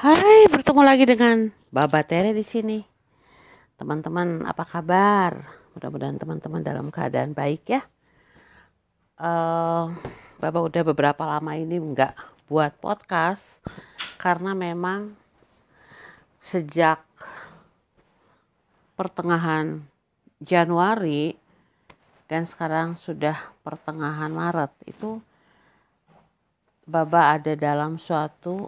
Hai, bertemu lagi dengan Baba Tere di sini. Teman-teman, apa kabar? Mudah-mudahan teman-teman dalam keadaan baik ya. Eh, Baba udah beberapa lama ini nggak buat podcast karena memang sejak pertengahan Januari dan sekarang sudah pertengahan Maret itu Baba ada dalam suatu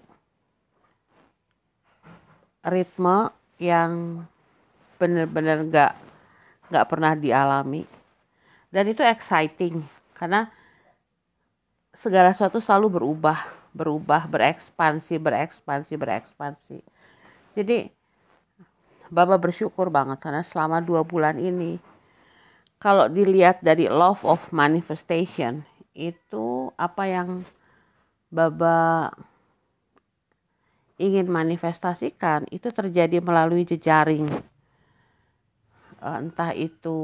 ritme yang benar-benar nggak pernah dialami. Dan itu exciting karena segala sesuatu selalu berubah, berekspansi. Jadi Baba bersyukur banget karena selama 2 bulan ini, kalau dilihat dari law of manifestation, itu apa yang Baba ingin manifestasikan itu terjadi melalui jejaring. Entah itu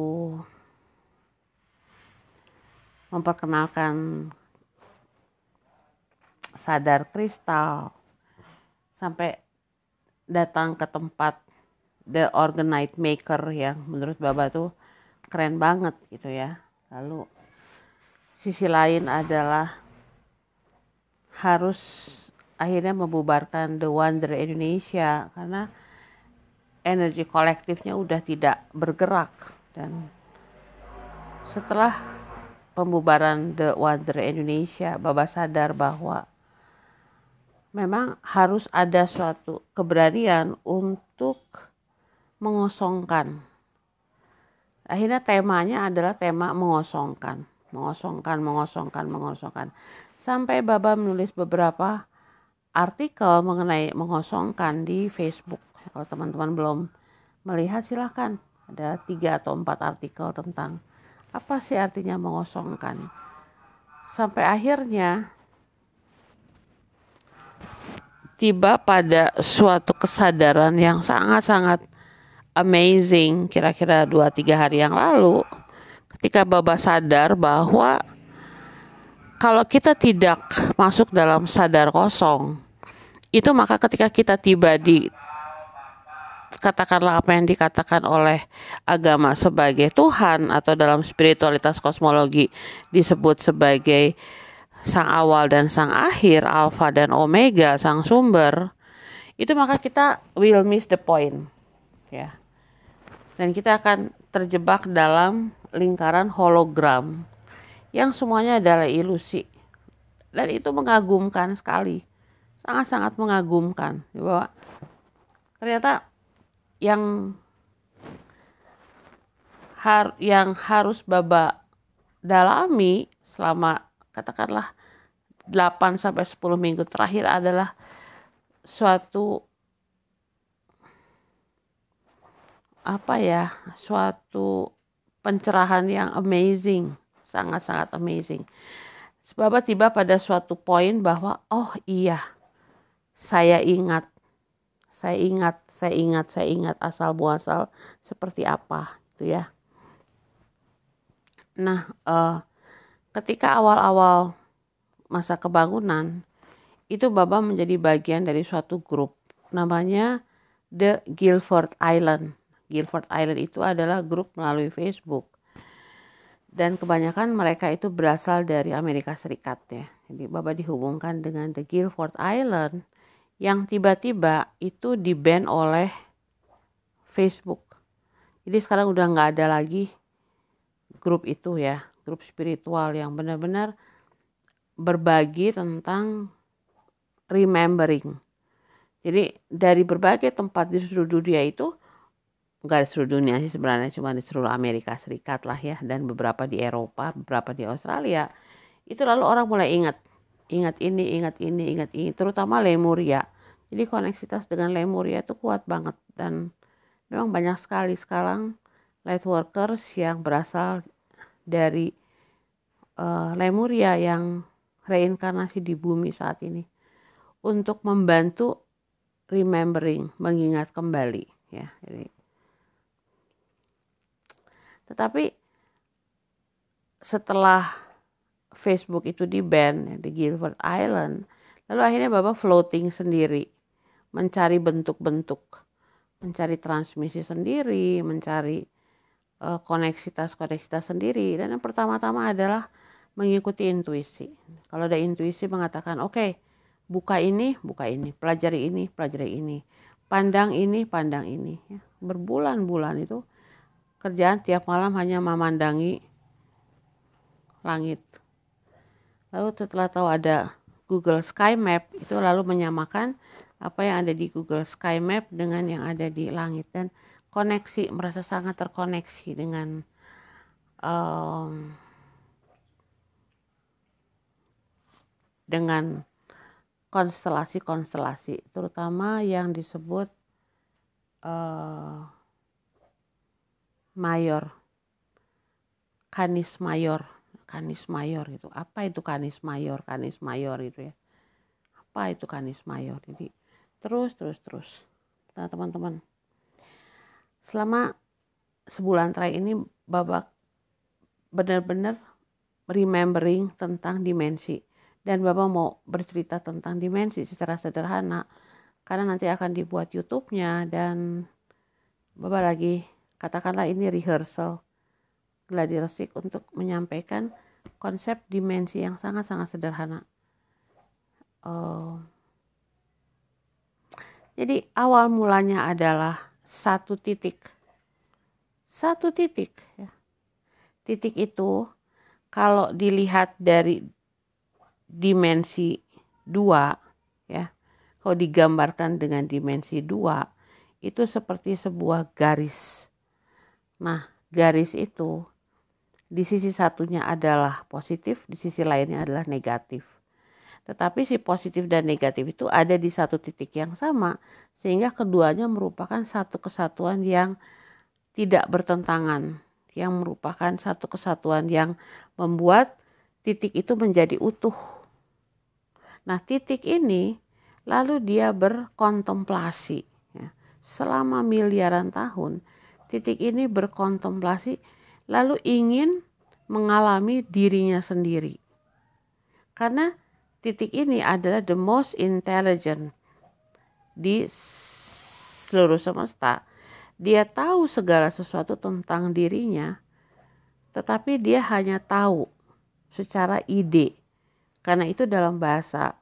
memperkenalkan sadar kristal, sampai datang ke tempat The Organite Maker yang menurut Baba tuh keren banget gitu ya. Lalu sisi lain adalah harus akhirnya membubarkan The Wonder Indonesia karena energi kolektifnya udah tidak bergerak. Dan setelah pembubaran The Wonder Indonesia, Baba sadar bahwa memang harus ada suatu keberanian untuk mengosongkan. Akhirnya temanya adalah tema mengosongkan. Sampai Baba menulis beberapa artikel mengenai mengosongkan di Facebook. Kalau teman-teman belum melihat silahkan. Ada 3 atau 4 artikel tentang apa sih artinya mengosongkan. Sampai akhirnya tiba pada suatu kesadaran yang sangat-sangat amazing kira-kira 2-3 hari yang lalu, ketika Baba sadar bahwa kalau kita tidak masuk dalam sadar kosong, itu maka ketika kita tiba di katakanlah apa yang dikatakan oleh agama sebagai Tuhan atau dalam spiritualitas kosmologi disebut sebagai sang awal dan sang akhir, alfa dan omega, sang sumber, itu maka kita will miss the point ya. Dan kita akan terjebak dalam lingkaran hologram yang semuanya adalah ilusi. Dan itu mengagumkan sekali. Sangat-sangat mengagumkan. Bahwa ternyata yang harus Baba dalami selama katakanlah 8-10 minggu terakhir adalah suatu suatu pencerahan yang amazing, sangat-sangat amazing. Baba tiba pada suatu poin bahwa oh iya, saya ingat asal muasal seperti apa itu ya. Nah, ketika awal-awal masa kebangunan itu Baba menjadi bagian dari suatu grup namanya The Guilford Island. Guilford Island itu adalah grup melalui Facebook. Dan kebanyakan mereka itu berasal dari Amerika Serikat ya. Jadi Baba dihubungkan dengan The Guilford Island yang tiba-tiba itu di-ban oleh Facebook. Jadi sekarang udah nggak ada lagi grup itu ya, grup spiritual yang benar-benar berbagi tentang remembering. Jadi dari berbagai tempat di seluruh dunia itu, nggak di seluruh dunia sih sebenarnya, cuma di seluruh Amerika Serikat lah ya, dan beberapa di Eropa, beberapa di Australia, itu lalu orang mulai ingat ini, terutama Lemuria. Jadi koneksitas dengan Lemuria itu kuat banget, dan memang banyak sekali sekarang light workers yang berasal dari Lemuria yang reinkarnasi di bumi saat ini untuk membantu remembering, mengingat kembali ya. Tetapi setelah Facebook itu di-ban di Guilford Island, lalu akhirnya Baba floating sendiri mencari bentuk-bentuk, mencari transmisi sendiri, mencari koneksitas sendiri. Dan yang pertama-tama adalah mengikuti intuisi. Kalau ada intuisi mengatakan, oke, buka ini, pelajari ini, pandang ini. Ya. Berbulan-bulan itu kerjaan tiap malam hanya memandangi langit. Lalu setelah tahu ada Google Sky Map, itu lalu menyamakan apa yang ada di Google Sky Map dengan yang ada di langit, dan koneksi, merasa sangat terkoneksi dengan konstelasi, terutama yang disebut Canis Major gitu. Apa itu Canis Major gitu ya. Apa itu Canis Major? Jadi terus. Nah, teman-teman, selama sebulan terakhir ini Babak benar-benar remembering tentang dimensi, dan Babak mau bercerita tentang dimensi secara sederhana karena nanti akan dibuat YouTube-nya, dan Babak lagi katakanlah ini rehearsal gladi resik untuk menyampaikan konsep dimensi yang sangat-sangat sederhana. Jadi awal mulanya adalah satu titik ya. Titik itu kalau dilihat dari dimensi 2 ya, kalau digambarkan dengan dimensi 2 itu seperti sebuah garis. Nah, garis itu di sisi satunya adalah positif, di sisi lainnya adalah negatif. Tetapi si positif dan negatif itu ada di satu titik yang sama, sehingga keduanya merupakan satu kesatuan yang tidak bertentangan, yang merupakan satu kesatuan yang membuat titik itu menjadi utuh. Nah, titik ini lalu dia berkontemplasi. Ya. Selama miliaran tahun, titik ini berkontemplasi lalu ingin mengalami dirinya sendiri. Karena titik ini adalah the most intelligent di seluruh semesta. Dia tahu segala sesuatu tentang dirinya, tetapi dia hanya tahu secara ide. Karena itu dalam bahasa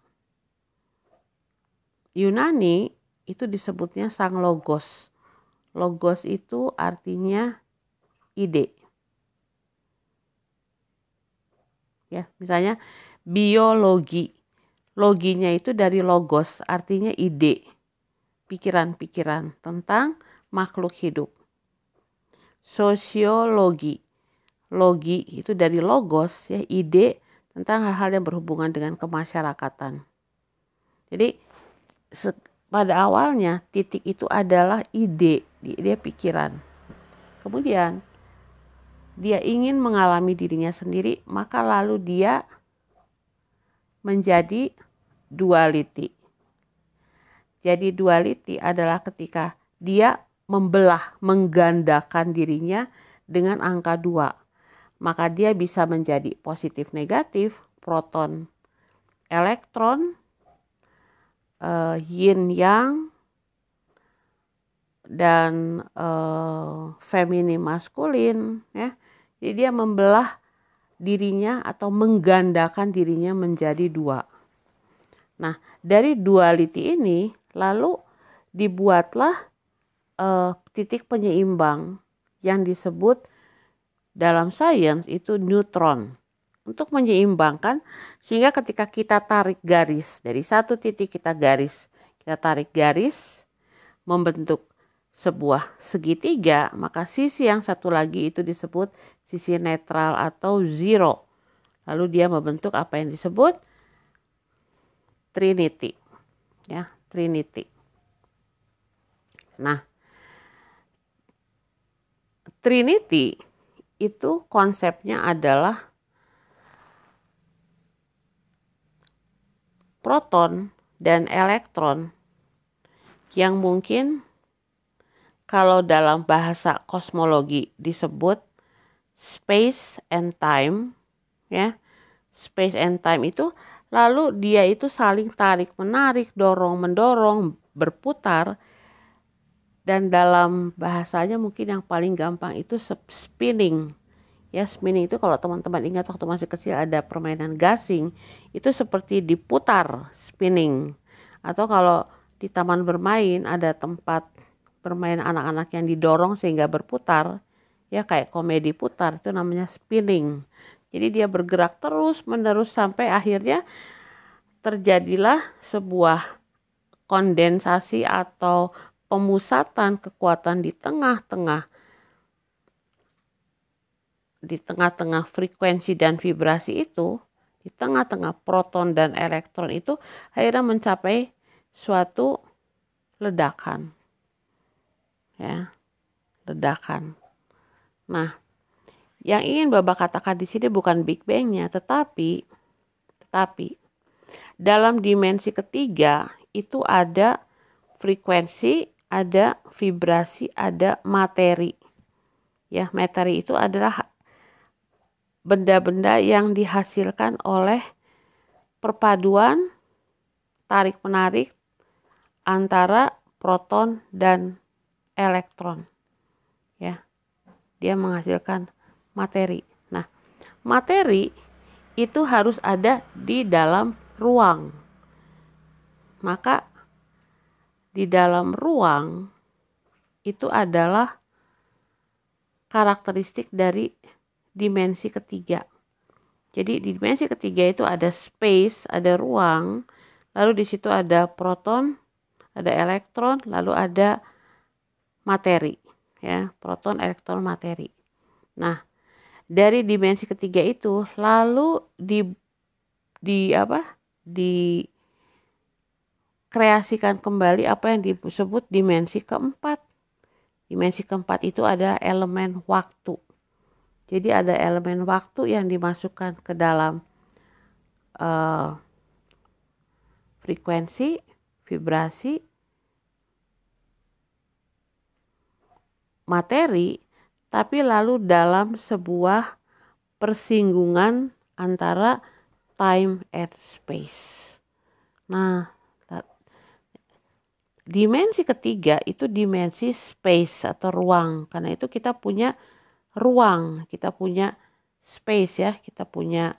Yunani itu disebutnya sang logos. Logos itu artinya ide. Ya, misalnya biologi. Loginya itu dari logos, artinya ide. Pikiran-pikiran tentang makhluk hidup. Sosiologi. Logi itu dari logos, ya, ide tentang hal-hal yang berhubungan dengan kemasyarakatan. Jadi pada awalnya titik itu adalah ide, dia pikiran. Kemudian dia ingin mengalami dirinya sendiri, maka lalu dia menjadi duality. Jadi duality adalah ketika dia menggandakan dirinya dengan angka 2. Maka dia bisa menjadi positif negatif, proton, elektron, yin yang, dan feminin maskulin, ya. Jadi dia membelah dirinya atau menggandakan dirinya menjadi 2. Nah, dari duality ini lalu dibuatlah titik penyeimbang yang disebut dalam sains itu neutron, untuk menyeimbangkan, sehingga ketika kita tarik garis dari satu titik, kita tarik garis membentuk sebuah segitiga, maka sisi yang satu lagi itu disebut sisi netral atau zero. Lalu dia membentuk apa yang disebut Trinity. Ya, Trinity. Nah, Trinity itu konsepnya adalah proton dan elektron yang mungkin kalau dalam bahasa kosmologi disebut space and time, ya. Space and time itu lalu dia itu saling tarik menarik, dorong mendorong, berputar, dan dalam bahasanya mungkin yang paling gampang itu spinning. Ya, spinning itu kalau teman-teman ingat waktu masih kecil ada permainan gasing, itu seperti diputar, spinning. Atau kalau di taman bermain ada tempat bermain anak-anak yang didorong sehingga berputar, ya kayak komedi putar, itu namanya spinning. Jadi dia bergerak terus menerus sampai akhirnya terjadilah sebuah kondensasi atau pemusatan kekuatan di tengah-tengah frekuensi dan vibrasi itu, di tengah-tengah proton dan elektron itu akhirnya mencapai suatu ledakan. Ya, ledakan. Nah, yang ingin Bapak katakan di sini bukan Big Bang-nya, tetapi dalam dimensi ketiga itu ada frekuensi, ada vibrasi, ada materi. Ya, materi itu adalah benda-benda yang dihasilkan oleh perpaduan tarik-menarik antara proton dan elektron. Ya, dia menghasilkan materi. Nah, materi itu harus ada di dalam ruang. Maka di dalam ruang itu adalah karakteristik dari dimensi ketiga. Jadi di dimensi ketiga itu ada space, ada ruang, lalu di situ ada proton, ada elektron, lalu ada materi, ya, proton, elektron, materi. Nah, dari dimensi ketiga itu lalu dikreasikan kembali apa yang disebut dimensi keempat. Dimensi keempat itu ada elemen waktu. Jadi ada elemen waktu yang dimasukkan ke dalam frekuensi, vibrasi, materi, tapi lalu dalam sebuah persinggungan antara time and space. Nah, dimensi ketiga itu dimensi space atau ruang. Karena itu kita punya ruang, kita punya space, ya, kita punya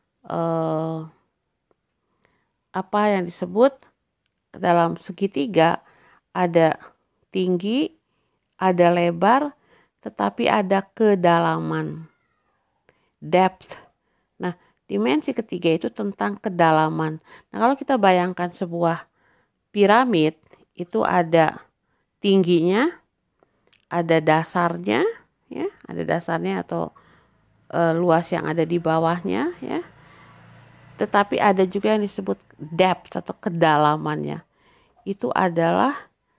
apa yang disebut dalam segitiga ada tinggi, ada lebar, tetapi ada kedalaman, depth. Nah, dimensi ketiga itu tentang kedalaman. Nah, kalau kita bayangkan sebuah piramid, itu ada tingginya, ada dasarnya, ya, ada dasarnya atau luas yang ada di bawahnya, ya. Tetapi ada juga yang disebut depth atau kedalamannya. Itu adalah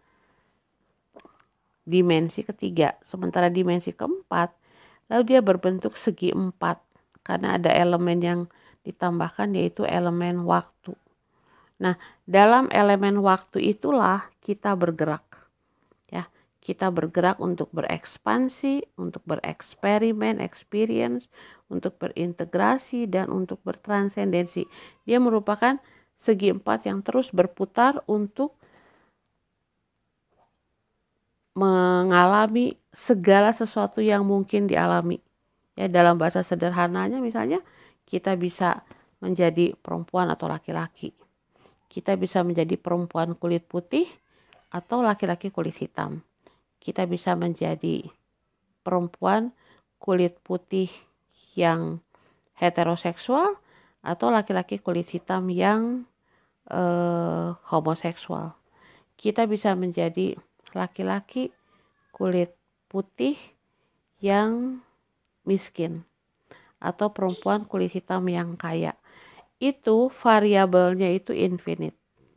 dimensi ketiga. Sementara dimensi keempat, lalu dia berbentuk segi empat. Karena ada elemen yang ditambahkan yaitu elemen waktu. Nah, dalam elemen waktu itulah kita bergerak. Ya, kita bergerak untuk berekspansi, untuk bereksperimen, experience, untuk berintegrasi, dan untuk bertransendensi. Dia merupakan segi empat yang terus berputar untuk mengalami segala sesuatu yang mungkin dialami. Ya, dalam bahasa sederhananya misalnya kita bisa menjadi perempuan atau laki-laki. Kita bisa menjadi perempuan kulit putih atau laki-laki kulit hitam. Kita bisa menjadi perempuan kulit putih yang heteroseksual atau laki-laki kulit hitam yang homoseksual. Kita bisa menjadi laki-laki kulit putih yang miskin atau perempuan kulit hitam yang kaya. Itu variabelnya itu infinite,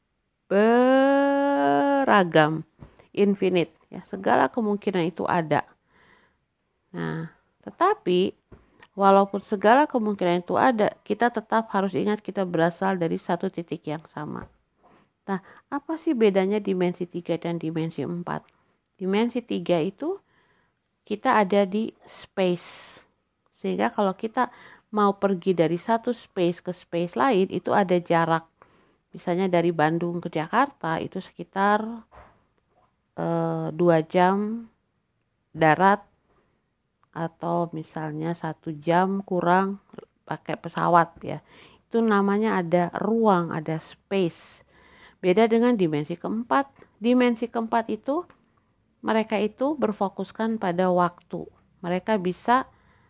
beragam, infinite, ya, segala kemungkinan itu ada. Nah, tetapi walaupun segala kemungkinan itu ada, kita tetap harus ingat kita berasal dari satu titik yang sama. Nah, apa sih bedanya dimensi 3 dan dimensi 4? Dimensi 3 itu kita ada di space. Sehingga kalau kita mau pergi dari satu space ke space lain itu ada jarak. Misalnya dari Bandung ke Jakarta itu sekitar 2 jam darat, atau misalnya 1 jam kurang pakai pesawat ya. Itu namanya ada ruang, ada space. Beda dengan dimensi keempat. Dimensi keempat itu mereka itu berfokuskan pada waktu. Mereka bisa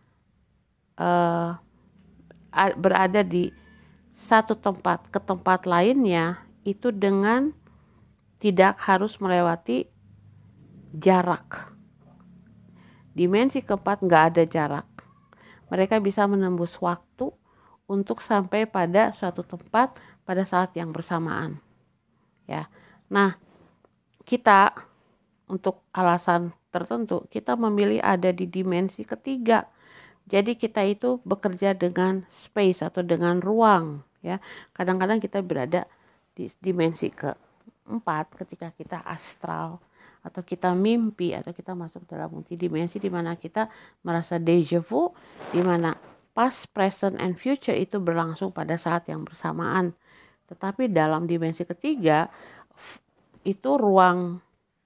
berada di satu tempat ke tempat lainnya itu dengan tidak harus melewati jarak. Dimensi keempat nggak ada jarak. Mereka bisa menembus waktu untuk sampai pada suatu tempat pada saat yang bersamaan. Ya. Nah, kita untuk alasan tertentu kita memilih ada di dimensi ketiga. Jadi kita itu bekerja dengan space atau dengan ruang, ya. Kadang-kadang kita berada di dimensi keempat ketika kita astral atau kita mimpi atau kita masuk dalam multidimensi di mana kita merasa déjà vu, di mana past, present, and future itu berlangsung pada saat yang bersamaan. Tetapi dalam dimensi ketiga itu ruang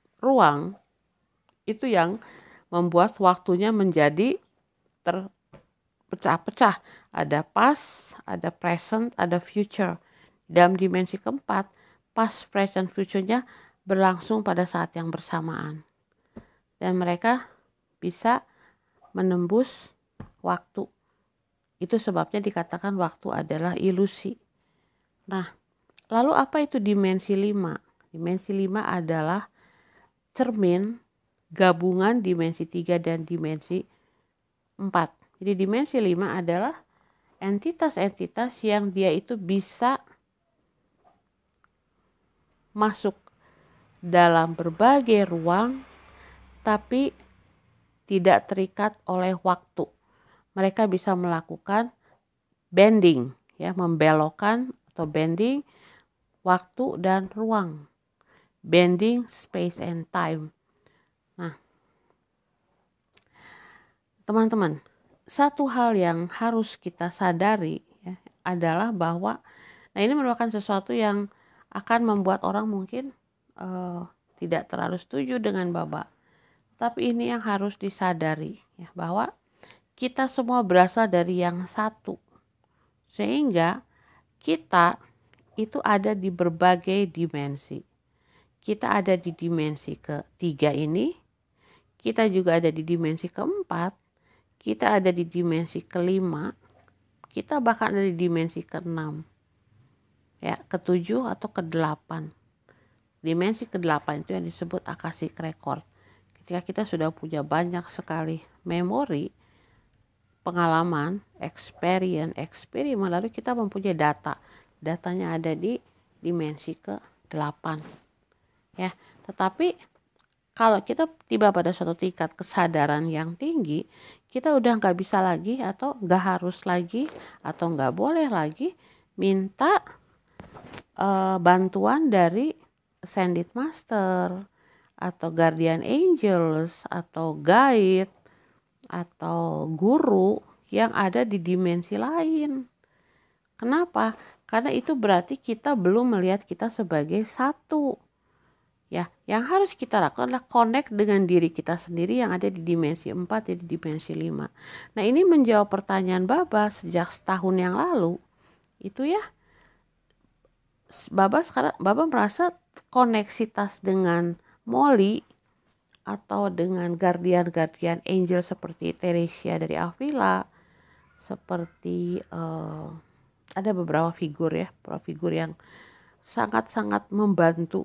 itu yang membuat waktunya menjadi terpecah-pecah. Ada past, ada present, ada future. Dalam dimensi keempat, past, present, future-nya berlangsung pada saat yang bersamaan. Dan mereka bisa menembus waktu. Itu sebabnya dikatakan waktu adalah ilusi. Nah, lalu apa itu dimensi 5? Dimensi 5 adalah cermin gabungan dimensi 3 dan dimensi 4. Jadi dimensi 5 adalah entitas-entitas yang dia itu bisa masuk dalam berbagai ruang tapi tidak terikat oleh waktu. Mereka bisa melakukan bending, ya, membelokkan atau bending waktu dan ruang. Bending space and time. Nah, teman-teman, satu hal yang harus kita sadari ya, adalah bahwa ini merupakan sesuatu yang akan membuat orang mungkin tidak terlalu setuju dengan Baba. Tapi ini yang harus disadari ya, bahwa kita semua berasal dari yang satu. Sehingga kita itu ada di berbagai dimensi. Kita ada di dimensi ketiga ini, kita juga ada di dimensi keempat, kita ada di dimensi kelima, kita bahkan ada di dimensi keenam, ya, ketujuh atau kedelapan. Dimensi kedelapan itu yang disebut akashic record. Ketika kita sudah punya banyak sekali memori, pengalaman, eksperimen, lalu kita mempunyai data. Datanya ada di dimensi ke-8. Ya, tetapi kalau kita tiba pada suatu tingkat kesadaran yang tinggi, kita udah nggak bisa lagi atau nggak harus lagi atau nggak boleh lagi minta bantuan dari Ascended Master atau Guardian Angels atau guide atau guru yang ada di dimensi lain. Kenapa? Karena itu berarti kita belum melihat kita sebagai satu. Ya, yang harus kita lakukan adalah connect dengan diri kita sendiri yang ada di dimensi 4, di dimensi 5. Nah, ini menjawab pertanyaan Baba sejak setahun yang lalu. Itu ya, Baba merasa koneksitas dengan Molly atau dengan guardian angel seperti Teresia dari Avila, seperti ada beberapa figur yang sangat-sangat membantu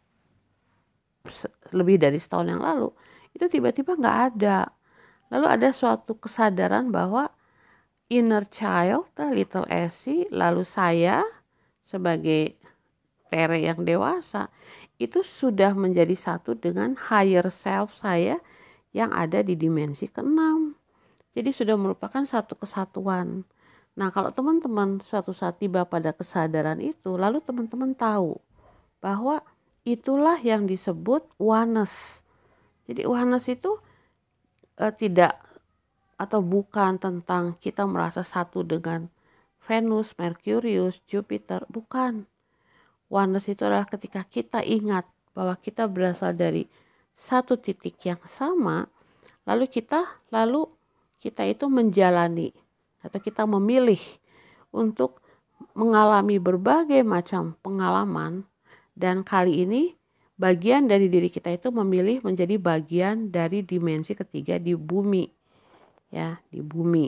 lebih dari setahun yang lalu, itu tiba-tiba nggak ada. Lalu ada suatu kesadaran bahwa inner child, little Essie, lalu saya sebagai Tere yang dewasa, itu sudah menjadi satu dengan higher self saya yang ada di dimensi ke-6. Jadi sudah merupakan satu kesatuan. Nah, kalau teman-teman suatu saat tiba pada kesadaran itu, lalu teman-teman tahu bahwa itulah yang disebut oneness. Jadi oneness itu tidak atau bukan tentang kita merasa satu dengan Venus, Merkurius, Jupiter, bukan. Oneness itu adalah ketika kita ingat bahwa kita berasal dari satu titik yang sama, lalu kita itu menjalani atau kita memilih untuk mengalami berbagai macam pengalaman, dan kali ini bagian dari diri kita itu memilih menjadi bagian dari dimensi ketiga di bumi, ya, di bumi.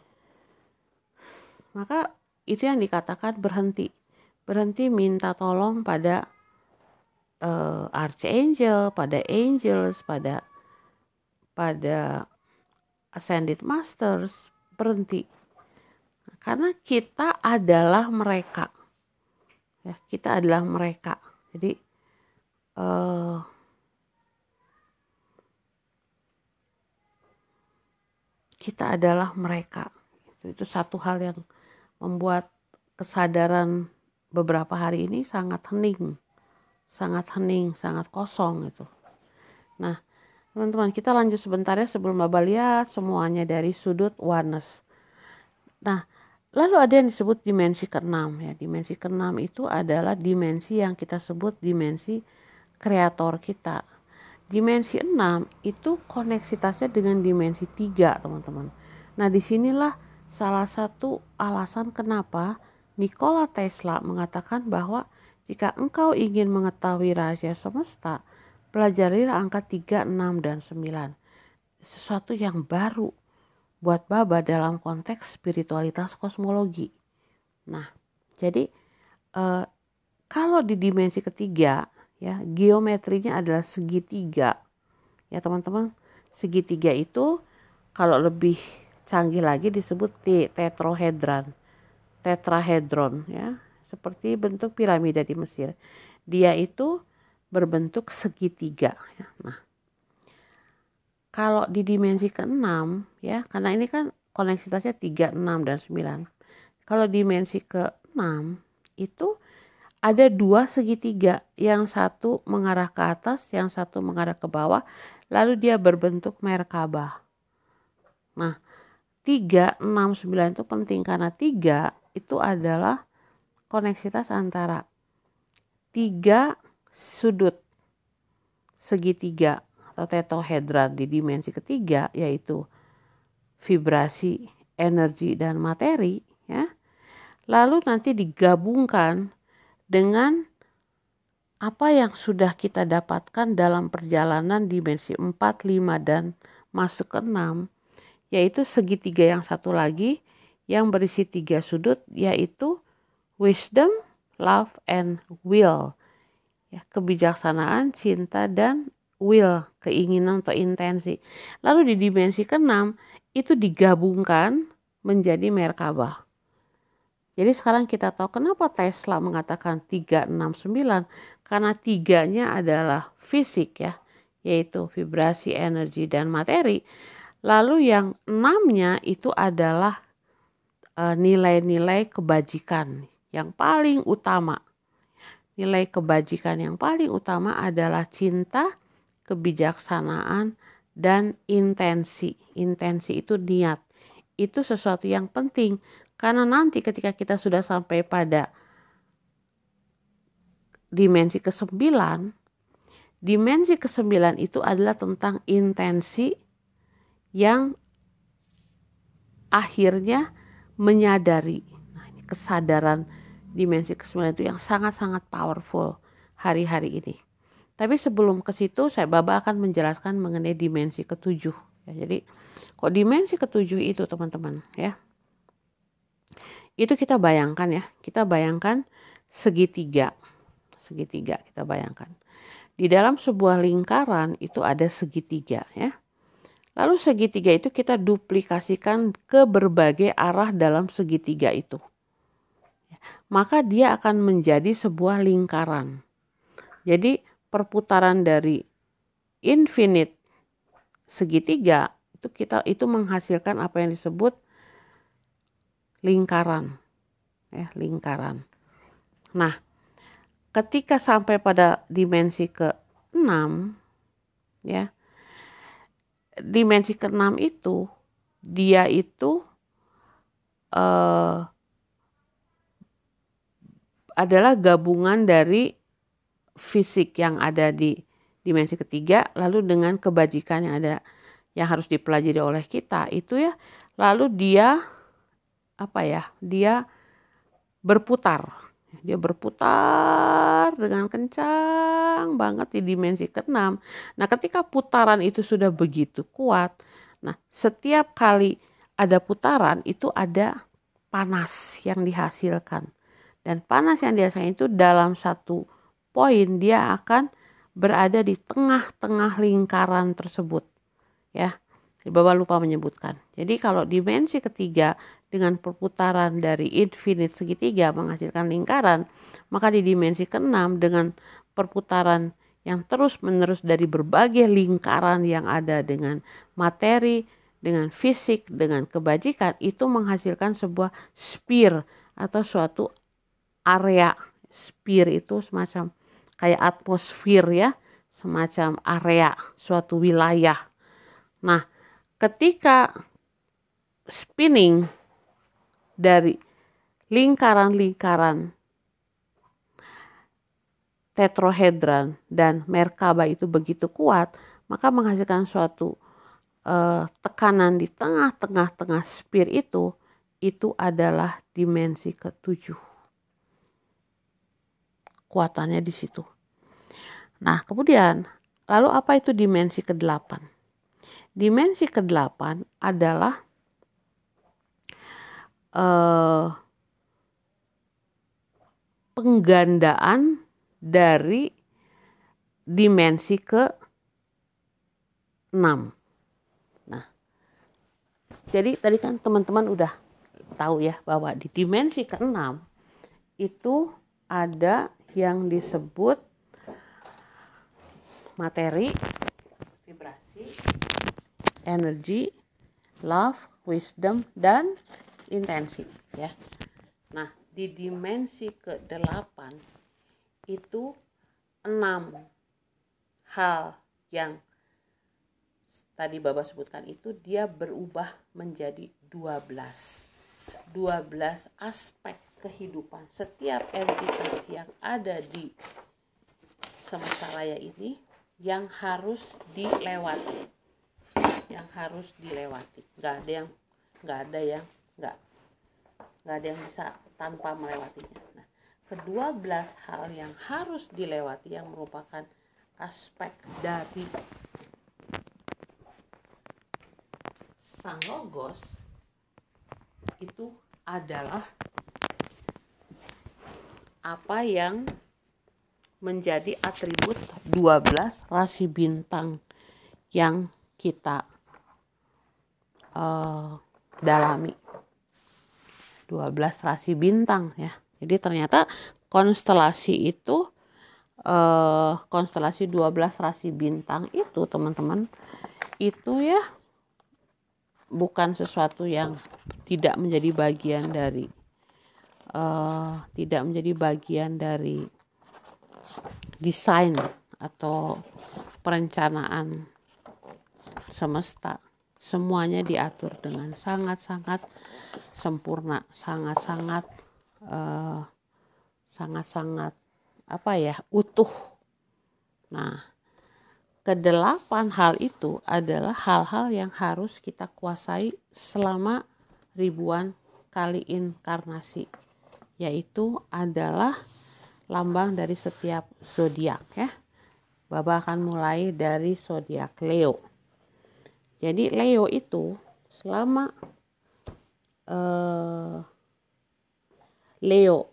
Maka itu yang dikatakan berhenti minta tolong pada archangel, pada angels, pada ascended masters, berhenti. Karena kita adalah mereka, ya, kita adalah mereka. Jadi kita adalah mereka. Itu satu hal yang membuat kesadaran beberapa hari ini sangat hening, sangat kosong itu. Nah, teman-teman, kita lanjut sebentar ya sebelum Bapak lihat semuanya dari sudut oneness. Nah, lalu ada yang disebut dimensi ke-6 ya. Dimensi ke-6 itu adalah dimensi yang kita sebut dimensi kreator kita. Dimensi 6 itu koneksitasnya dengan dimensi 3, teman-teman. Nah, disinilah salah satu alasan kenapa Nikola Tesla mengatakan bahwa jika engkau ingin mengetahui rahasia semesta, pelajarilah angka 3, 6, dan 9. Sesuatu yang baru buat Baba dalam konteks spiritualitas kosmologi. Nah, jadi kalau di dimensi ketiga, ya, geometrinya adalah segitiga. Ya, teman-teman, segitiga itu kalau lebih canggih lagi disebut tetrahedron, ya, seperti bentuk piramida di Mesir. Dia itu berbentuk segitiga, ya. Nah, kalau di dimensi ke-6, ya, karena ini kan koneksitasnya 3, 6, dan 9. Kalau dimensi ke-6 itu ada 2 segitiga, yang satu mengarah ke atas, yang satu mengarah ke bawah, lalu dia berbentuk merkabah. Nah, 3, 6, 9 itu penting karena 3 itu adalah koneksitas antara 3 sudut segitiga atau tetrahedron di dimensi ketiga, yaitu vibrasi, energi, dan materi, ya. Lalu nanti digabungkan dengan apa yang sudah kita dapatkan dalam perjalanan dimensi 4, 5, dan masuk ke 6, yaitu segitiga yang satu lagi yang berisi 3 sudut, yaitu wisdom, love, and will. Ya, kebijaksanaan, cinta, dan will, keinginan atau intensi. Lalu di dimensi ke-6 itu digabungkan menjadi Merkabah. Jadi sekarang kita tahu kenapa Tesla mengatakan 3, 6, 9. Karena 3-nya adalah fisik, ya, yaitu vibrasi, energi, dan materi. Lalu yang 6-nya itu adalah nilai-nilai kebajikan yang paling utama. Nilai kebajikan yang paling utama adalah cinta, kebijaksanaan, dan intensi. Intensi itu niat. Itu sesuatu yang penting. Karena nanti ketika kita sudah sampai pada dimensi ke-9, dimensi ke-9 itu adalah tentang intensi yang akhirnya menyadari. Nah, ini kesadaran dimensi ke-9 itu yang sangat-sangat powerful hari-hari ini. Tapi sebelum ke situ, Baba akan menjelaskan mengenai dimensi ke-7. Ya, jadi, kok dimensi ke-7 itu, teman-teman, ya. Itu kita bayangkan, ya. Kita bayangkan segitiga kita bayangkan. Di dalam sebuah lingkaran itu ada segitiga, ya. Lalu segitiga itu kita duplikasikan ke berbagai arah dalam segitiga itu. Maka dia akan menjadi sebuah lingkaran. Jadi perputaran dari infinite segitiga itu menghasilkan apa yang disebut lingkaran. Ya, lingkaran. Nah, ketika sampai pada dimensi ke-6, ya, dimensi ke-6 itu dia itu adalah gabungan dari fisik yang ada di dimensi ketiga, lalu dengan kebajikan yang ada yang harus dipelajari oleh kita itu ya, lalu dia dia berputar dengan kencang banget di dimensi keenam. Nah, ketika putaran itu sudah begitu kuat, nah setiap kali ada putaran itu ada panas yang dihasilkan. Dan panas yang dihasilkan itu dalam satu poin dia akan berada di tengah-tengah lingkaran tersebut. Ya, Bapak lupa menyebutkan. Jadi kalau dimensi ketiga dengan perputaran dari infinite segitiga menghasilkan lingkaran, maka di dimensi keenam dengan perputaran yang terus-menerus dari berbagai lingkaran yang ada dengan materi, dengan fisik, dengan kebajikan, itu menghasilkan sebuah sphere atau suatu area. Sphere itu semacam kayak atmosfer ya, semacam area, suatu wilayah. Nah, ketika spinning dari lingkaran-lingkaran tetrahedron dan Merkaba itu begitu kuat, maka menghasilkan suatu tekanan di tengah-tengah sphere itu adalah dimensi ketujuh. Kuatannya di situ. Nah, kemudian lalu apa itu dimensi ke-8? Dimensi ke-8 adalah penggandaan dari dimensi ke-6. Nah, jadi tadi kan teman-teman udah tahu ya bahwa di dimensi ke-6 itu ada yang disebut materi, vibrasi, energi, love, wisdom, dan intensi ya. Nah, di dimensi ke-8 itu 6 hal yang tadi Bapak sebutkan itu dia berubah menjadi 12 aspek kehidupan setiap entitas yang ada di semesta raya ini yang harus dilewati. Nggak ada yang bisa tanpa melewatinya. Nah, ke-12 hal yang harus dilewati yang merupakan aspek dari Sang Logos itu adalah apa yang menjadi atribut 12 rasi bintang yang kita dalami. 12 rasi bintang ya. Jadi ternyata konstelasi itu konstelasi 12 rasi bintang itu teman-teman itu ya bukan sesuatu yang tidak menjadi bagian dari desain atau perencanaan semesta. Semuanya diatur dengan sangat-sangat sempurna, sangat-sangat utuh. Nah, ke-8 hal itu adalah hal-hal yang harus kita kuasai selama ribuan kali inkarnasi, yaitu adalah lambang dari setiap zodiak ya. Baba akan mulai dari zodiak Leo. Jadi Leo itu selama Leo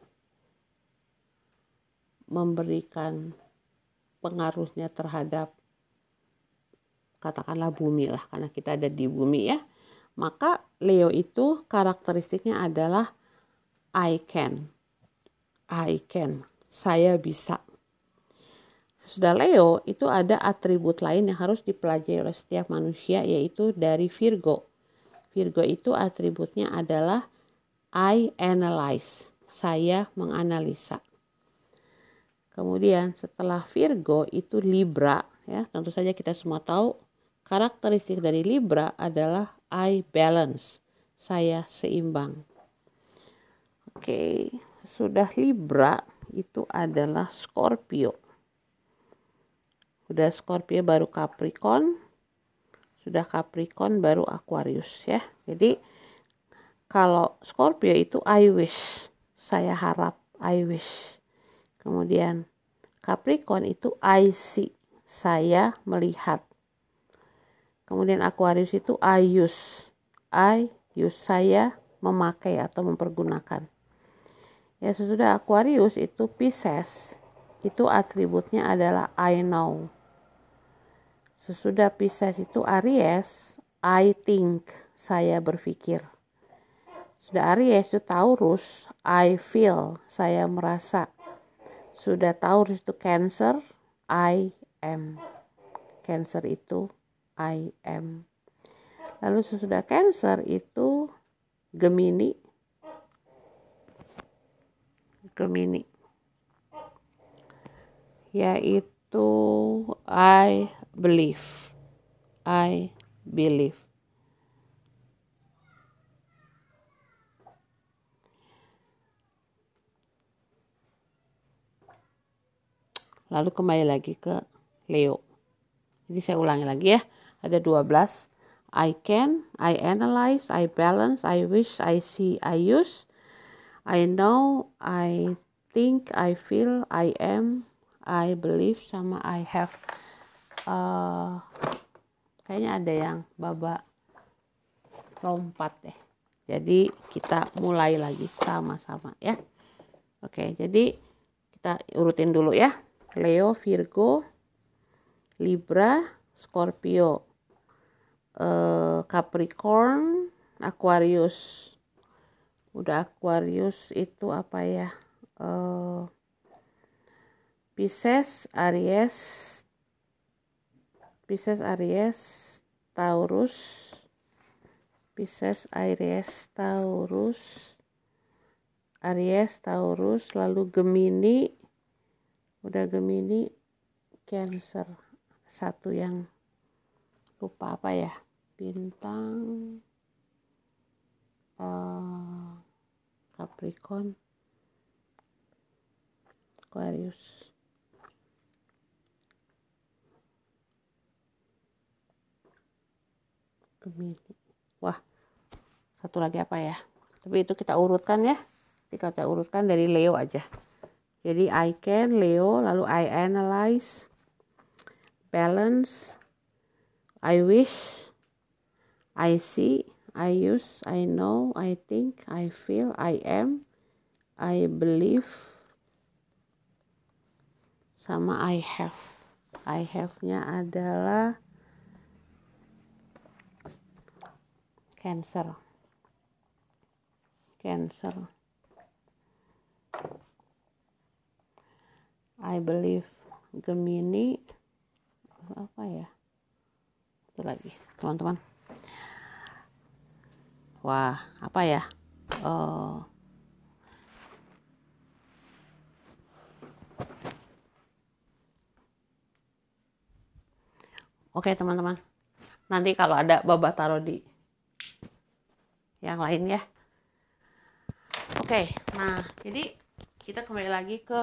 memberikan pengaruhnya terhadap katakanlah bumi lah, karena kita ada di bumi ya, maka Leo itu karakteristiknya adalah I can, saya bisa. Sudah Leo itu ada atribut lain yang harus dipelajari oleh setiap manusia, yaitu dari Virgo. Virgo itu atributnya adalah I analyze, saya menganalisa. Kemudian setelah Virgo itu Libra ya, tentu saja kita semua tahu karakteristik dari Libra adalah I balance, saya seimbang. Oke, sudah Libra itu adalah Scorpio. Udah Scorpio baru Capricorn, sudah Capricorn baru Aquarius ya. Jadi kalau Scorpio itu I wish, saya harap, I wish. Kemudian Capricorn itu I see, saya melihat. Kemudian Aquarius itu I use, saya memakai atau mempergunakan. Ya sesudah Aquarius itu Pisces, itu atributnya adalah I know. Sesudah Pisces itu Aries, I think, saya berpikir. Sudah Aries itu Taurus, I feel, saya merasa. Sudah Taurus itu Cancer, I am. Cancer itu I am. Lalu sesudah Cancer itu Gemini. Yaitu I believe. Lalu kembali lagi ke Leo. Jadi saya ulangi lagi ya. Ada 12. I can, I analyze, I balance, I wish, I see, I use, I know, I think, I feel, I am, I believe, sama I have. Kayaknya ada yang babak lompat deh. Jadi kita mulai lagi sama-sama ya. Oke, jadi kita urutin dulu ya. Leo, Virgo, Libra, Scorpio, Capricorn, Aquarius. Udah Aquarius itu apa ya? Pisces, Aries, Taurus, lalu Gemini, udah Gemini, Cancer, satu yang lupa apa ya, bintang, Capricorn, Aquarius. Gemini. Wah, satu lagi apa ya? Tapi itu kita urutkan ya. Kita urutkan dari Leo aja. Jadi I can, Leo, lalu I analyze, balance, I wish, I see, I use, I know, I think, I feel, I am, I believe, sama I have. I have-nya adalah Cancer. I believe Gemini. Apa ya? Itu lagi, teman-teman. Wah, apa ya? Oke, teman-teman. Nanti kalau ada Baba taruh di yang lain ya. Oke, nah jadi kita kembali lagi ke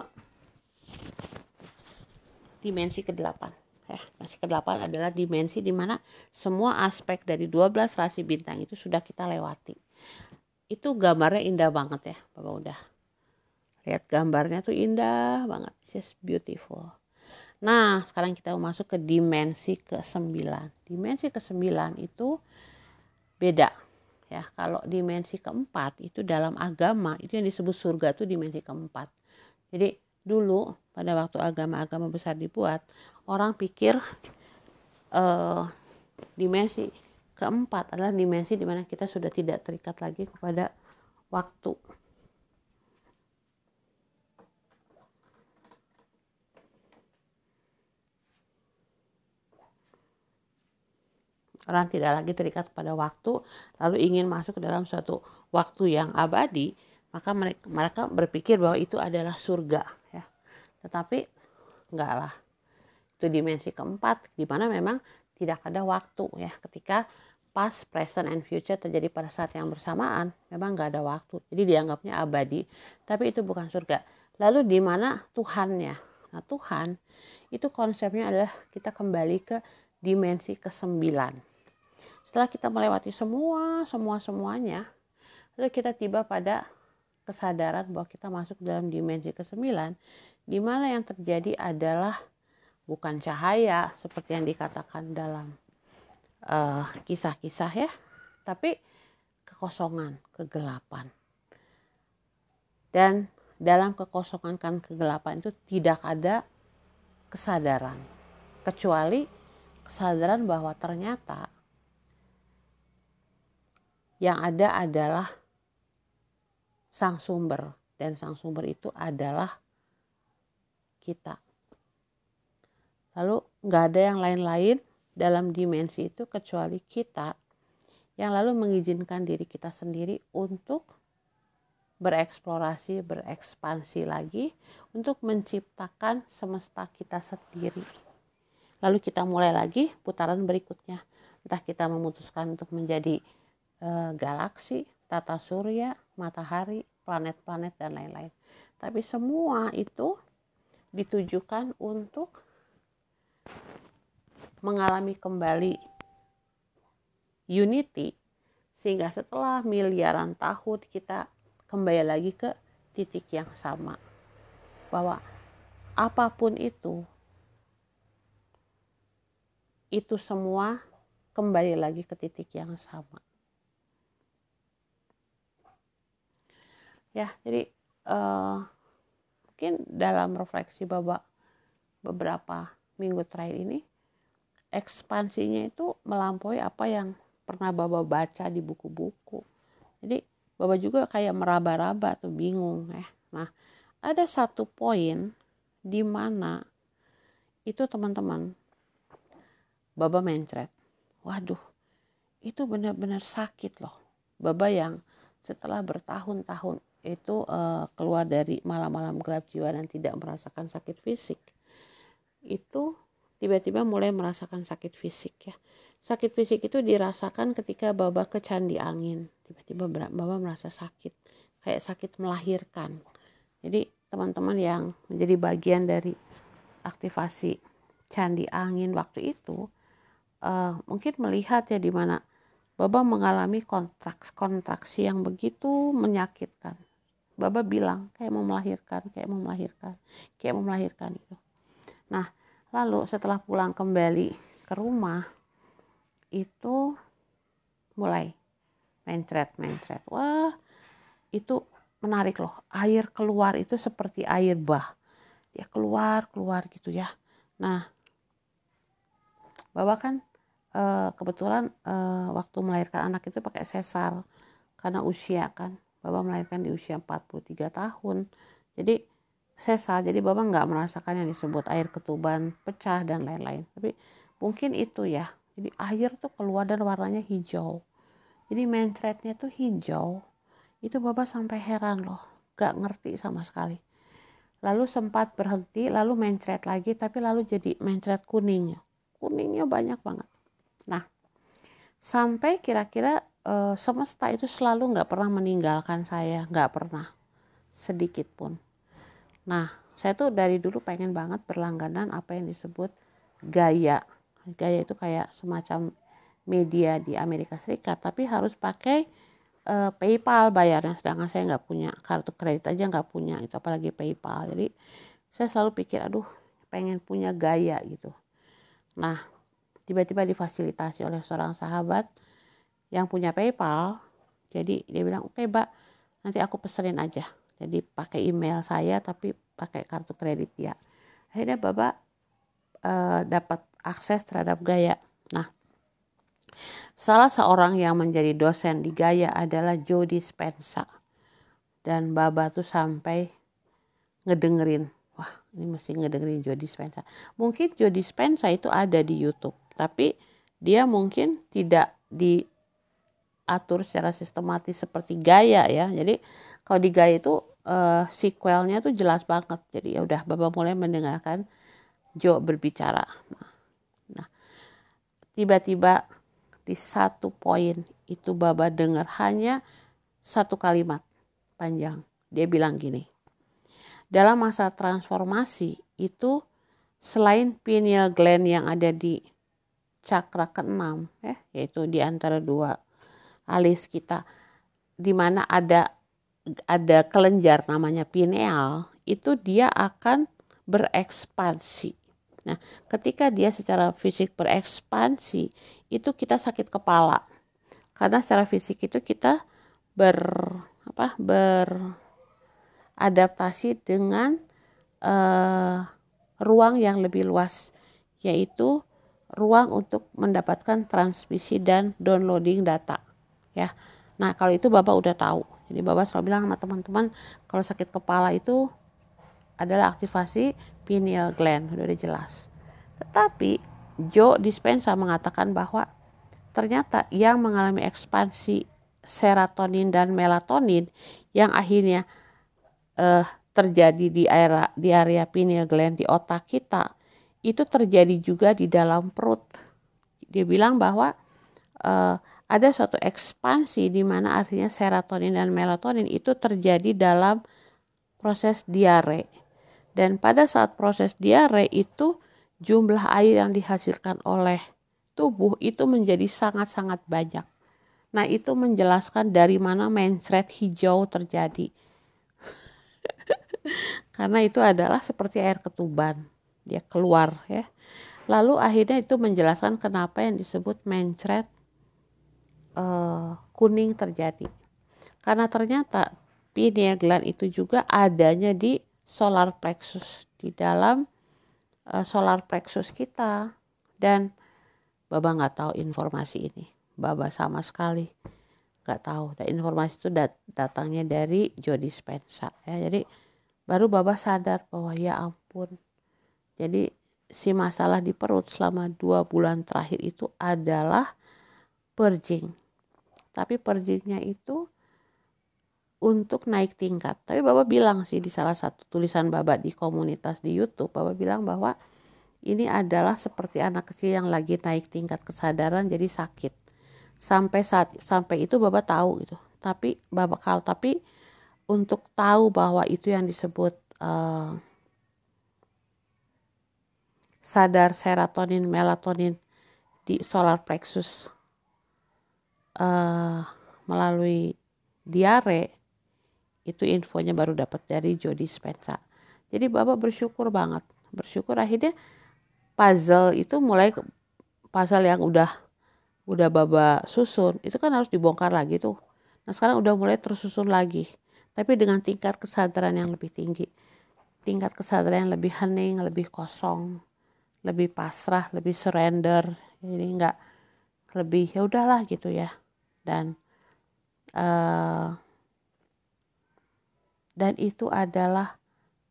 dimensi ke-8 ya. Dimensi ke-8 adalah dimensi di mana semua aspek dari 12 rasi bintang itu sudah kita lewati. Itu gambarnya indah banget ya, Bapak udah lihat gambarnya tuh indah banget, just beautiful. Nah, sekarang kita masuk ke dimensi ke-9. Dimensi ke-9 itu beda ya. Kalau dimensi ke-4 itu dalam agama itu yang disebut surga itu dimensi ke-4. Jadi dulu pada waktu agama-agama besar dibuat, orang pikir dimensi ke-4 adalah dimensi di mana kita sudah tidak terikat lagi kepada waktu. Orang tidak lagi terikat pada waktu, lalu ingin masuk ke dalam suatu waktu yang abadi, maka mereka berpikir bahwa itu adalah surga ya. Tetapi enggak lah. Itu dimensi ke-4 di mana memang tidak ada waktu ya. Ketika past, present, and future terjadi pada saat yang bersamaan, memang nggak ada waktu. Jadi dianggapnya abadi, tapi itu bukan surga. Lalu di mana Tuhannya? Nah, Tuhan itu konsepnya adalah kita kembali ke dimensi ke-9. Setelah kita melewati semuanya, lalu kita tiba pada kesadaran bahwa kita masuk dalam dimensi ke-9, di mana yang terjadi adalah bukan cahaya seperti yang dikatakan dalam kisah-kisah ya, tapi kekosongan, kegelapan. Dan dalam kekosongan dan kegelapan itu tidak ada kesadaran, kecuali kesadaran bahwa ternyata yang ada adalah sang sumber, dan sang sumber itu adalah kita. Lalu nggak ada yang lain-lain dalam dimensi itu kecuali kita, yang lalu mengizinkan diri kita sendiri untuk bereksplorasi, berekspansi lagi, untuk menciptakan semesta kita sendiri. Lalu kita mulai lagi putaran berikutnya. Entah kita memutuskan untuk menjadi galaksi, tata surya, matahari, planet-planet, dan lain-lain. Tapi semua itu ditujukan untuk mengalami kembali unity, sehingga setelah miliaran tahun kita kembali lagi ke titik yang sama, bahwa apapun itu semua kembali lagi ke titik yang sama. Ya, jadi mungkin dalam refleksi Baba beberapa minggu terakhir ini, ekspansinya itu melampaui apa yang pernah Baba baca di buku-buku. Jadi Baba juga kayak meraba-raba atau bingung ya. Nah, ada satu poin di mana itu teman-teman Baba mencret. Waduh, itu benar-benar sakit loh. Baba yang setelah bertahun-tahun itu keluar dari malam-malam gelap jiwa dan tidak merasakan sakit fisik, itu tiba-tiba mulai merasakan sakit fisik ya. Sakit fisik itu dirasakan ketika Baba ke Candi Angin. Tiba-tiba Baba merasa sakit, kayak sakit melahirkan. Jadi teman-teman yang menjadi bagian dari aktivasi Candi Angin waktu itu mungkin melihat ya di mana Baba mengalami kontraksi yang begitu menyakitkan. Baba bilang kayak mau melahirkan itu. Nah, lalu setelah pulang kembali ke rumah itu mulai mencret. Wah, itu menarik loh. Air keluar itu seperti air bah. Dia keluar gitu ya. Nah, Baba kan kebetulan waktu melahirkan anak itu pakai sesar karena usia kan. Baba melahirkan di usia 43 tahun. Jadi sesar, jadi Baba nggak merasakan yang disebut air ketuban pecah dan lain-lain. Tapi mungkin itu ya. Jadi air tuh keluar dan warnanya hijau. Jadi mencretnya tuh hijau. Itu Baba sampai heran loh. Gak ngerti sama sekali. Lalu sempat berhenti, lalu mencret lagi, tapi lalu jadi mencret kuningnya. Kuningnya banyak banget. Nah, sampai kira-kira semesta itu selalu gak pernah meninggalkan saya. Gak pernah. Sedikit pun. Nah, saya tuh dari dulu pengen banget berlangganan apa yang disebut Gaia. Gaia itu kayak semacam media di Amerika Serikat, tapi harus pakai PayPal bayarnya, sedangkan saya nggak punya kartu kredit aja nggak punya, itu apalagi PayPal. Jadi saya selalu pikir, aduh pengen punya Gaia gitu. Nah, tiba-tiba difasilitasi oleh seorang sahabat yang punya PayPal. Jadi dia bilang, oke, Mbak, nanti aku pesenin aja. Jadi pakai email saya tapi pakai kartu kredit ya. Akhirnya Baba dapat akses terhadap Gaia. Nah, salah seorang yang menjadi dosen di Gaia adalah Joe Dispenza. Dan Baba tuh sampai ngedengerin. Wah, ini mesti ngedengerin Joe Dispenza. Mungkin Joe Dispenza itu ada di YouTube. Tapi dia mungkin tidak diatur secara sistematis seperti Gaia ya. Jadi kalau di Gaia itu sequelnya tuh jelas banget. Jadi ya udah Baba mulai mendengarkan Joe berbicara. Nah, tiba-tiba di satu poin itu Baba dengar hanya satu kalimat panjang. Dia bilang gini, dalam masa transformasi itu selain pineal gland yang ada di cakra keenam, yaitu di antara dua alis kita, di mana ada kelenjar namanya pineal, itu dia akan berekspansi. Nah, ketika dia secara fisik berekspansi, itu kita sakit kepala. Karena secara fisik itu kita beradaptasi dengan ruang yang lebih luas, yaitu ruang untuk mendapatkan transmisi dan downloading data. Ya. Nah, kalau itu Bapak udah tahu. Jadi Bapak selalu bilang sama teman-teman, kalau sakit kepala itu adalah aktivasi pineal gland, udah jelas. Tetapi Joe Dispenza mengatakan bahwa ternyata yang mengalami ekspansi serotonin dan melatonin yang akhirnya terjadi di area pineal gland di otak kita, itu terjadi juga di dalam perut. Dia bilang bahwa ada suatu ekspansi di mana artinya serotonin dan melatonin itu terjadi dalam proses diare. Dan pada saat proses diare itu jumlah air yang dihasilkan oleh tubuh itu menjadi sangat-sangat banyak. Nah, itu menjelaskan dari mana mencret hijau terjadi. Karena itu adalah seperti air ketuban. Dia keluar ya. Lalu akhirnya itu menjelaskan kenapa yang disebut mencret kuning terjadi. Karena ternyata pineal gland itu juga adanya di solar plexus, di dalam solar plexus kita. Dan Baba nggak tahu informasi ini. Baba sama sekali nggak tahu. Dan informasi itu datangnya dari Joe Dispenza. Ya. Jadi baru Baba sadar bahwa ya ampun. Jadi si masalah di perut selama 2 bulan terakhir itu adalah purging. Tapi purgingnya itu untuk naik tingkat. Tapi Baba bilang sih di salah satu tulisan Baba di komunitas di YouTube, Baba bilang bahwa ini adalah seperti anak kecil yang lagi naik tingkat kesadaran jadi sakit. Sampai itu Baba tahu gitu. Tapi untuk tahu bahwa itu yang disebut sadar serotonin melatonin di solar plexus melalui diare, itu infonya baru dapat dari Joe Dispenza. Jadi Baba bersyukur banget. Bersyukur akhirnya puzzle yang udah Baba susun itu kan harus dibongkar lagi tuh. Nah, sekarang udah mulai tersusun lagi. Tapi dengan tingkat kesadaran yang lebih tinggi. Tingkat kesadaran yang lebih hening, lebih kosong, lebih pasrah, lebih surrender. Jadi enggak lebih ya udahlah gitu ya. Dan itu adalah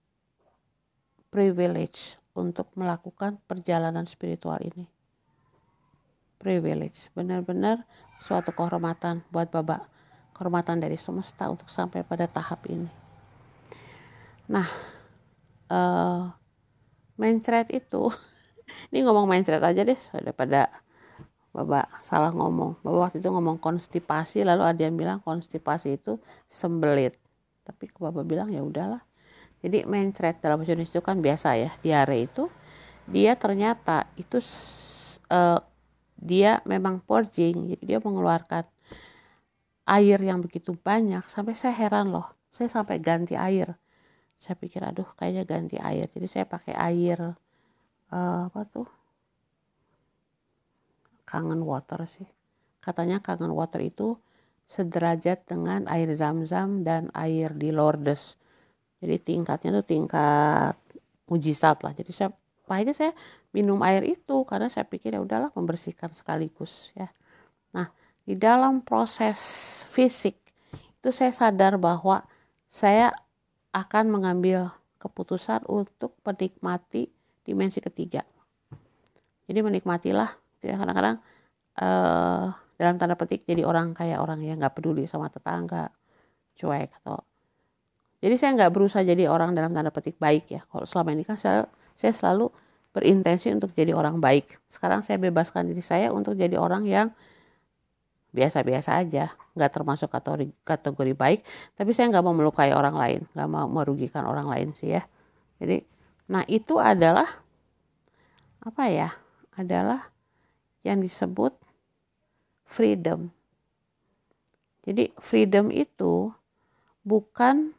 privilege untuk melakukan perjalanan spiritual ini. Privilege, benar-benar suatu kehormatan buat Baba, kehormatan dari semesta untuk sampai pada tahap ini. Nah, mencret itu, ini ngomong mencret aja deh daripada Baba salah ngomong. Baba waktu itu ngomong konstipasi, lalu ada yang bilang konstipasi itu sembelit. Tapi Baba bilang ya udahlah. Jadi mencret dalam bahasa Indonesia itu kan biasa ya, diare itu dia ternyata itu dia memang purging, jadi dia mengeluarkan air yang begitu banyak sampai saya heran loh. Saya sampai ganti air. Saya pikir aduh kayaknya ganti air. Jadi saya pakai air Kangen water sih. Katanya Kangen water itu sederajat dengan air Zam-Zam dan air di Lourdes. Jadi tingkatnya tuh tingkat mujizat lah. Jadi akhirnya saya minum air itu karena saya pikir ya udahlah membersihkan sekaligus ya. Nah, di dalam proses fisik itu saya sadar bahwa saya akan mengambil keputusan untuk menikmati dimensi ketiga. Jadi menikmatilah. Ya, kadang-kadang dalam tanda petik jadi orang kayak orang yang nggak peduli sama tetangga, cuek atau. Jadi saya nggak berusaha jadi orang dalam tanda petik baik ya. Kalau selama ini kan saya selalu berintensi untuk jadi orang baik. Sekarang saya bebaskan diri saya untuk jadi orang yang biasa-biasa aja, nggak termasuk kategori baik, tapi saya nggak mau melukai orang lain, nggak mau merugikan orang lain sih ya. Jadi, nah itu adalah apa ya? Adalah yang disebut freedom. Jadi freedom itu bukan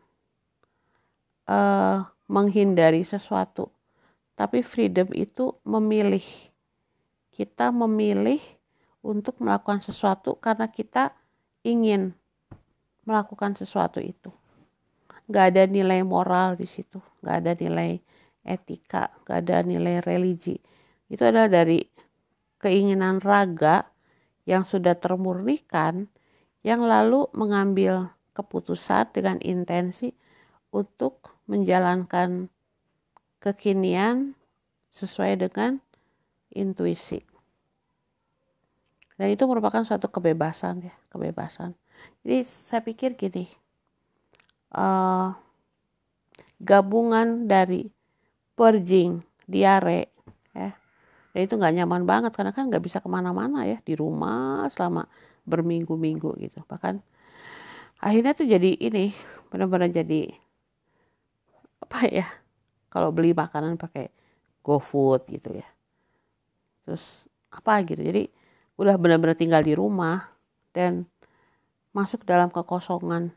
menghindari sesuatu, tapi freedom itu memilih. Kita memilih untuk melakukan sesuatu karena kita ingin melakukan sesuatu itu. Gak ada nilai moral di situ, gak ada nilai etika, gak ada nilai religi. Itu adalah dari keinginan raga yang sudah termurnikan, yang lalu mengambil keputusan dengan intensi untuk menjalankan kekinian sesuai dengan intuisi. Dan itu merupakan suatu kebebasan ya, kebebasan. Jadi saya pikir gini, gabungan dari purging, diare, ya, dan itu nggak nyaman banget karena kan nggak bisa kemana-mana ya, di rumah selama berminggu-minggu gitu. Bahkan akhirnya tuh jadi ini, benar-benar jadi apa ya, kalau beli makanan pakai GoFood gitu ya, terus apa gitu, jadi udah benar-benar tinggal di rumah dan masuk dalam kekosongan,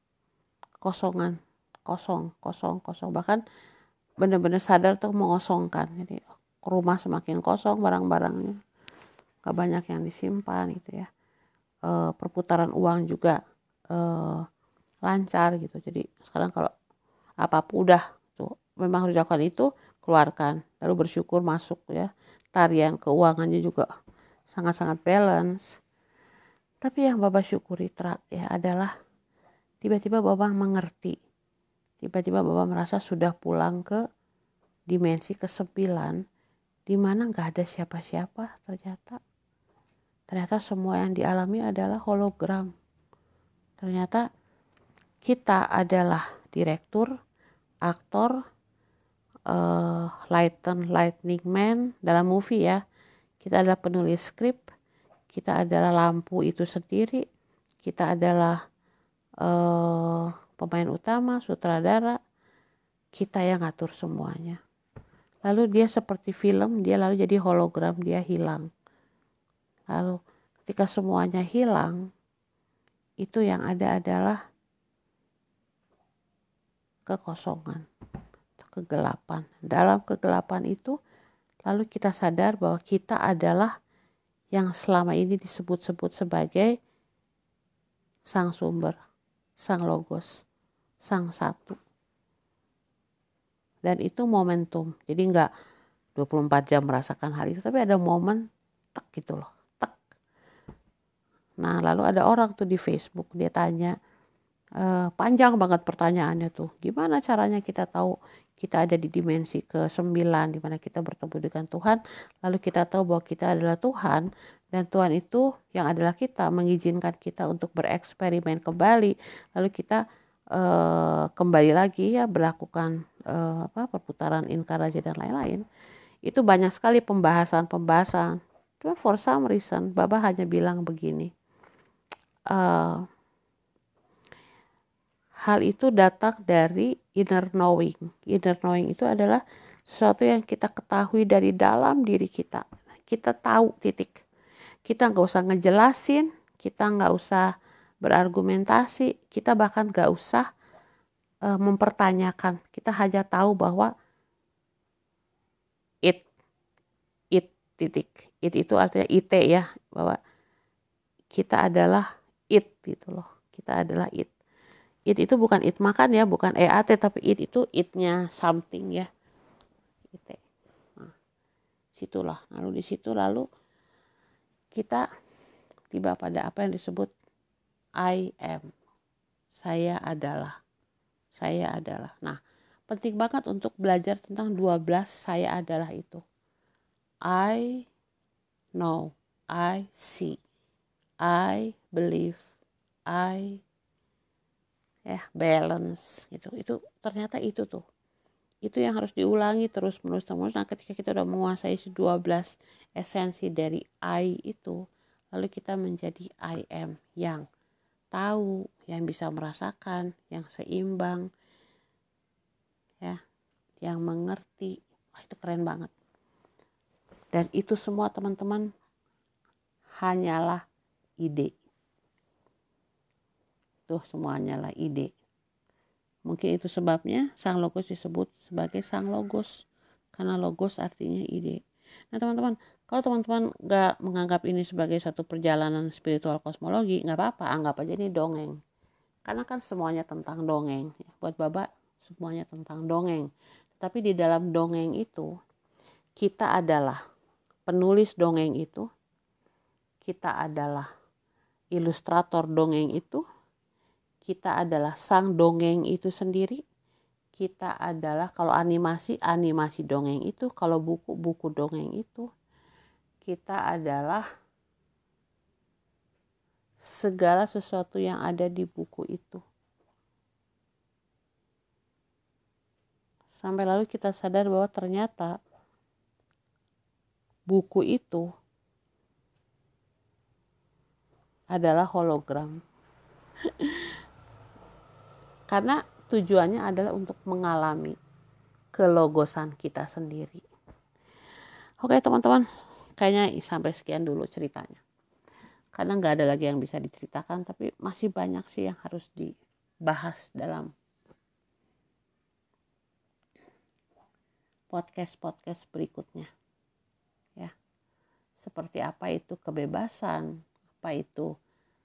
kosong, bahkan benar-benar sadar tuh mengosongkan. Jadi rumah semakin kosong, barang-barangnya gak banyak yang disimpan gitu ya. Perputaran uang juga lancar gitu. Jadi sekarang kalau apapun udah tuh memang harus dilakukan itu, keluarkan, lalu bersyukur masuk ya. Tarian keuangannya juga sangat-sangat balance. Tapi yang Bapak syukuri ya adalah tiba-tiba Bapak mengerti. Tiba-tiba Bapak merasa sudah pulang ke dimensi ke-9, di mana gak ada siapa-siapa ternyata. Ternyata semua yang dialami adalah hologram. Ternyata kita adalah direktur, aktor, lightning man dalam movie ya. Kita adalah penulis skrip, kita adalah lampu itu sendiri, kita adalah pemain utama, sutradara, kita yang ngatur semuanya. Lalu dia seperti film, dia lalu jadi hologram, dia hilang. Lalu ketika semuanya hilang, itu yang ada adalah kekosongan, kegelapan. Dalam kegelapan itu, lalu kita sadar bahwa kita adalah yang selama ini disebut-sebut sebagai sang sumber, sang logos, sang satu. Dan itu momentum. Jadi enggak 24 jam merasakan hal itu, tapi ada momen tek gitu loh, tek. Nah, lalu ada orang tuh di Facebook, dia tanya, panjang banget pertanyaannya tuh, gimana caranya kita tahu kita ada di dimensi ke-9 di mana kita bertemu dengan Tuhan, lalu kita tahu bahwa kita adalah Tuhan dan Tuhan itu yang adalah kita, mengizinkan kita untuk bereksperimen kembali, lalu kita kembali lagi ya melakukan perputaran inkarnasi dan lain-lain. Itu banyak sekali pembahasan. Cuma for some reason Baba hanya bilang begini, hal itu datang dari inner knowing. Inner knowing itu adalah sesuatu yang kita ketahui dari dalam diri kita. Kita tahu titik. Kita gak usah ngejelasin, kita gak usah berargumentasi, kita bahkan gak usah mempertanyakan. Kita hanya tahu bahwa it titik. It itu artinya IT ya, bahwa kita adalah it gitu loh. Kita adalah it. It itu bukan it makan ya, bukan EAT, tapi it itu it-nya something ya. IT. Nah, situlah. Lalu di situ lalu kita tiba pada apa yang disebut I am. Saya adalah. Saya adalah. Nah, penting banget untuk belajar tentang 12 saya adalah itu. I know, I see, I believe, I balance gitu. Itu ternyata itu tuh. Itu yang harus diulangi terus menerus. Nah, ketika kita udah menguasai 12 esensi dari I itu, lalu kita menjadi I am, yang tahu, yang bisa merasakan, yang seimbang, ya, yang mengerti. Wah, itu keren banget. Dan itu semua teman-teman hanyalah ide. Tuh semuanya lah ide. Mungkin itu sebabnya sang logos disebut sebagai sang logos. Karena logos artinya ide. Nah teman-teman, kalau teman-teman gak menganggap ini sebagai satu perjalanan spiritual kosmologi, gak apa-apa, anggap aja ini dongeng. Karena kan semuanya tentang dongeng. Buat Baba, semuanya tentang dongeng. Tapi di dalam dongeng itu, kita adalah penulis dongeng itu, kita adalah ilustrator dongeng itu, kita adalah sang dongeng itu sendiri, kita adalah kalau animasi dongeng itu, kalau buku dongeng itu, kita adalah segala sesuatu yang ada di buku itu. Sampai lalu kita sadar bahwa ternyata buku itu adalah hologram. Karena tujuannya adalah untuk mengalami kelogosan kita sendiri. Oke teman-teman, kayaknya sampai sekian dulu ceritanya. Karena gak ada lagi yang bisa diceritakan, tapi masih banyak sih yang harus dibahas dalam podcast berikutnya. Ya, seperti apa itu kebebasan, apa itu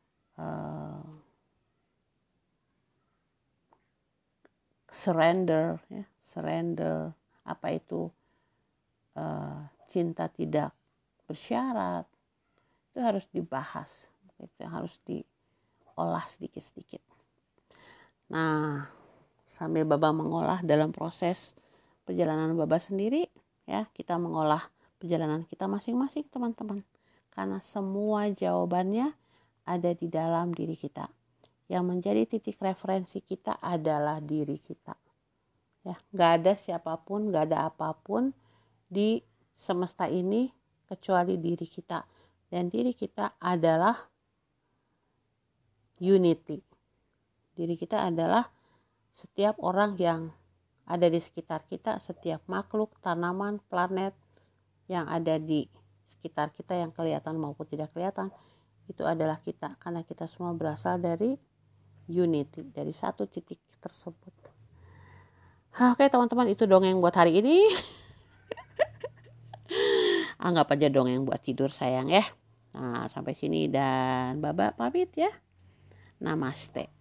surrender, apa itu cinta tidak bersyarat, itu harus dibahas, itu harus diolah sedikit-sedikit. Nah, sambil Baba mengolah dalam proses perjalanan Baba sendiri, ya kita mengolah perjalanan kita masing-masing teman-teman, karena semua jawabannya ada di dalam diri kita. Yang menjadi titik referensi kita adalah diri kita. Ya, nggak ada siapapun, nggak ada apapun di semesta ini kecuali diri kita. Dan diri kita adalah unity. Diri kita adalah setiap orang yang ada di sekitar kita, setiap makhluk, tanaman, planet yang ada di sekitar kita yang kelihatan maupun tidak kelihatan, itu adalah kita. Karena kita semua berasal dari unity, dari satu titik tersebut. Oke teman-teman, itu dongeng buat hari ini. Anggap aja dongeng buat tidur sayang ya. Nah sampai sini dan Baba pamit ya. Namaste.